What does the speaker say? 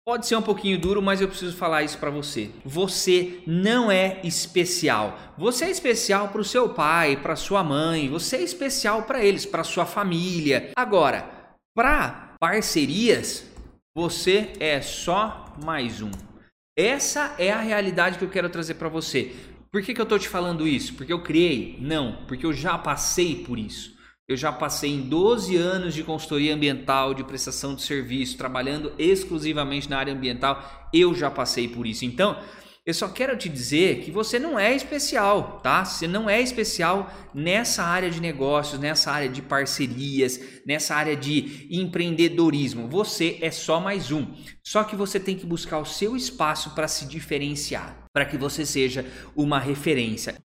Pode ser um pouquinho duro, mas eu preciso falar isso para você. Você não é especial. Você é especial para o seu pai, para sua mãe. Você é especial para eles, para sua família. Agora, para parcerias, você é só mais um. Essa é a realidade que eu quero trazer para você. Por que eu estou te falando isso? Porque eu criei? Não, porque eu já passei por isso. Eu já passei em 12 anos de consultoria ambiental, de prestação de serviço, trabalhando exclusivamente na área ambiental. Eu já passei por isso. Então, eu só quero te dizer que você não é especial, tá? Você não é especial nessa área de negócios, nessa área de parcerias, nessa área de empreendedorismo. Você é só mais um. Só que você tem que buscar o seu espaço para se diferenciar, para que você seja uma referência.